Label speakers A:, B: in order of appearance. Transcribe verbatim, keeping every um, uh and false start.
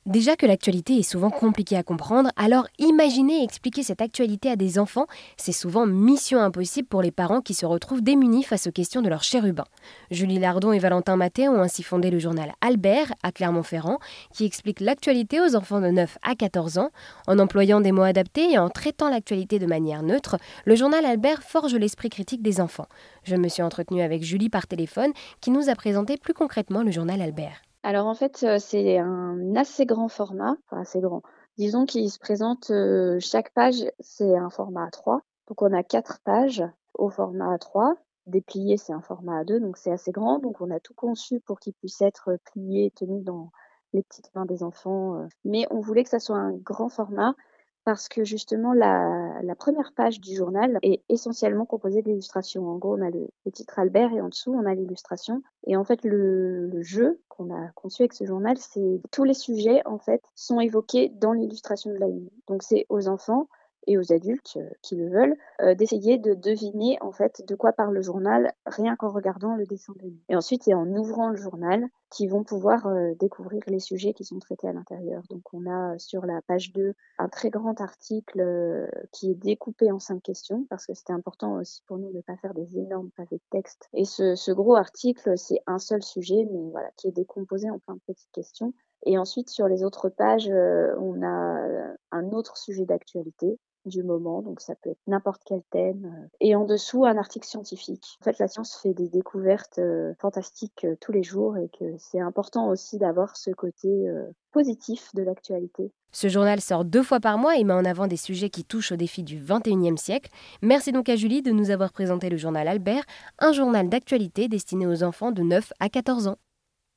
A: Déjà que l'actualité est souvent compliquée à comprendre, alors imaginez expliquer cette actualité à des enfants, c'est souvent mission impossible pour les parents qui se retrouvent démunis face aux questions de leur chérubin. Julie Lardon et Valentin Maté ont ainsi fondé le journal Albert à Clermont-Ferrand, qui explique l'actualité aux enfants de neuf à quatorze ans. En employant des mots adaptés et en traitant l'actualité de manière neutre, le journal Albert forge l'esprit critique des enfants. Je me suis entretenue avec Julie par téléphone, qui nous a présenté plus concrètement le journal Albert.
B: Alors en fait, heu, c'est un assez grand format, enfin assez grand. Disons qu'il se présente, heu, chaque page, c'est un format A trois. Donc on a quatre pages au format A trois. Déplié, c'est un format A deux, donc c'est assez grand. Donc on a tout conçu pour qu'il puisse être plié et tenu dans les petites mains des enfants, heu, mais on voulait que ça soit un grand format parce que justement la la première page du journal est essentiellement composée d'illustrations. En gros, on a le le titre Albert et en dessous, on a l'illustration et en fait le le jeu qu'on a conçu avec ce journal, c'est tous les sujets en fait sont évoqués dans l'illustration de la une. Donc c'est aux enfants et aux adultes, heu, qui le veulent, heu, d'essayer de deviner en fait de quoi parle le journal, rien qu'en regardant le dessin de une. Et ensuite, c'est en ouvrant le journal qu'ils vont pouvoir, heu, découvrir les sujets qui sont traités à l'intérieur. Donc on a, sur la page deux un très grand article, heu, qui est découpé en cinq questions parce que c'était important aussi pour nous de ne pas faire des énormes pavés de texte. Et ce ce gros article, c'est un seul sujet, mais voilà, qui est décomposé en plein de petites questions. Et ensuite sur les autres pages, heu, on a, heu, un autre sujet d'actualité du moment, donc ça peut être n'importe quel thème, heu et en dessous, un article scientifique. En fait, la science fait des découvertes, heu, fantastiques, heu, tous les jours et que c'est important aussi d'avoir ce côté, heu, positif de l'actualité.
A: Ce journal sort deux fois par mois et met en avant des sujets qui touchent aux défis du vingt et unième siècle. Merci donc à Julie de nous avoir présenté le journal Albert, un journal d'actualité destiné aux enfants de neuf à quatorze ans.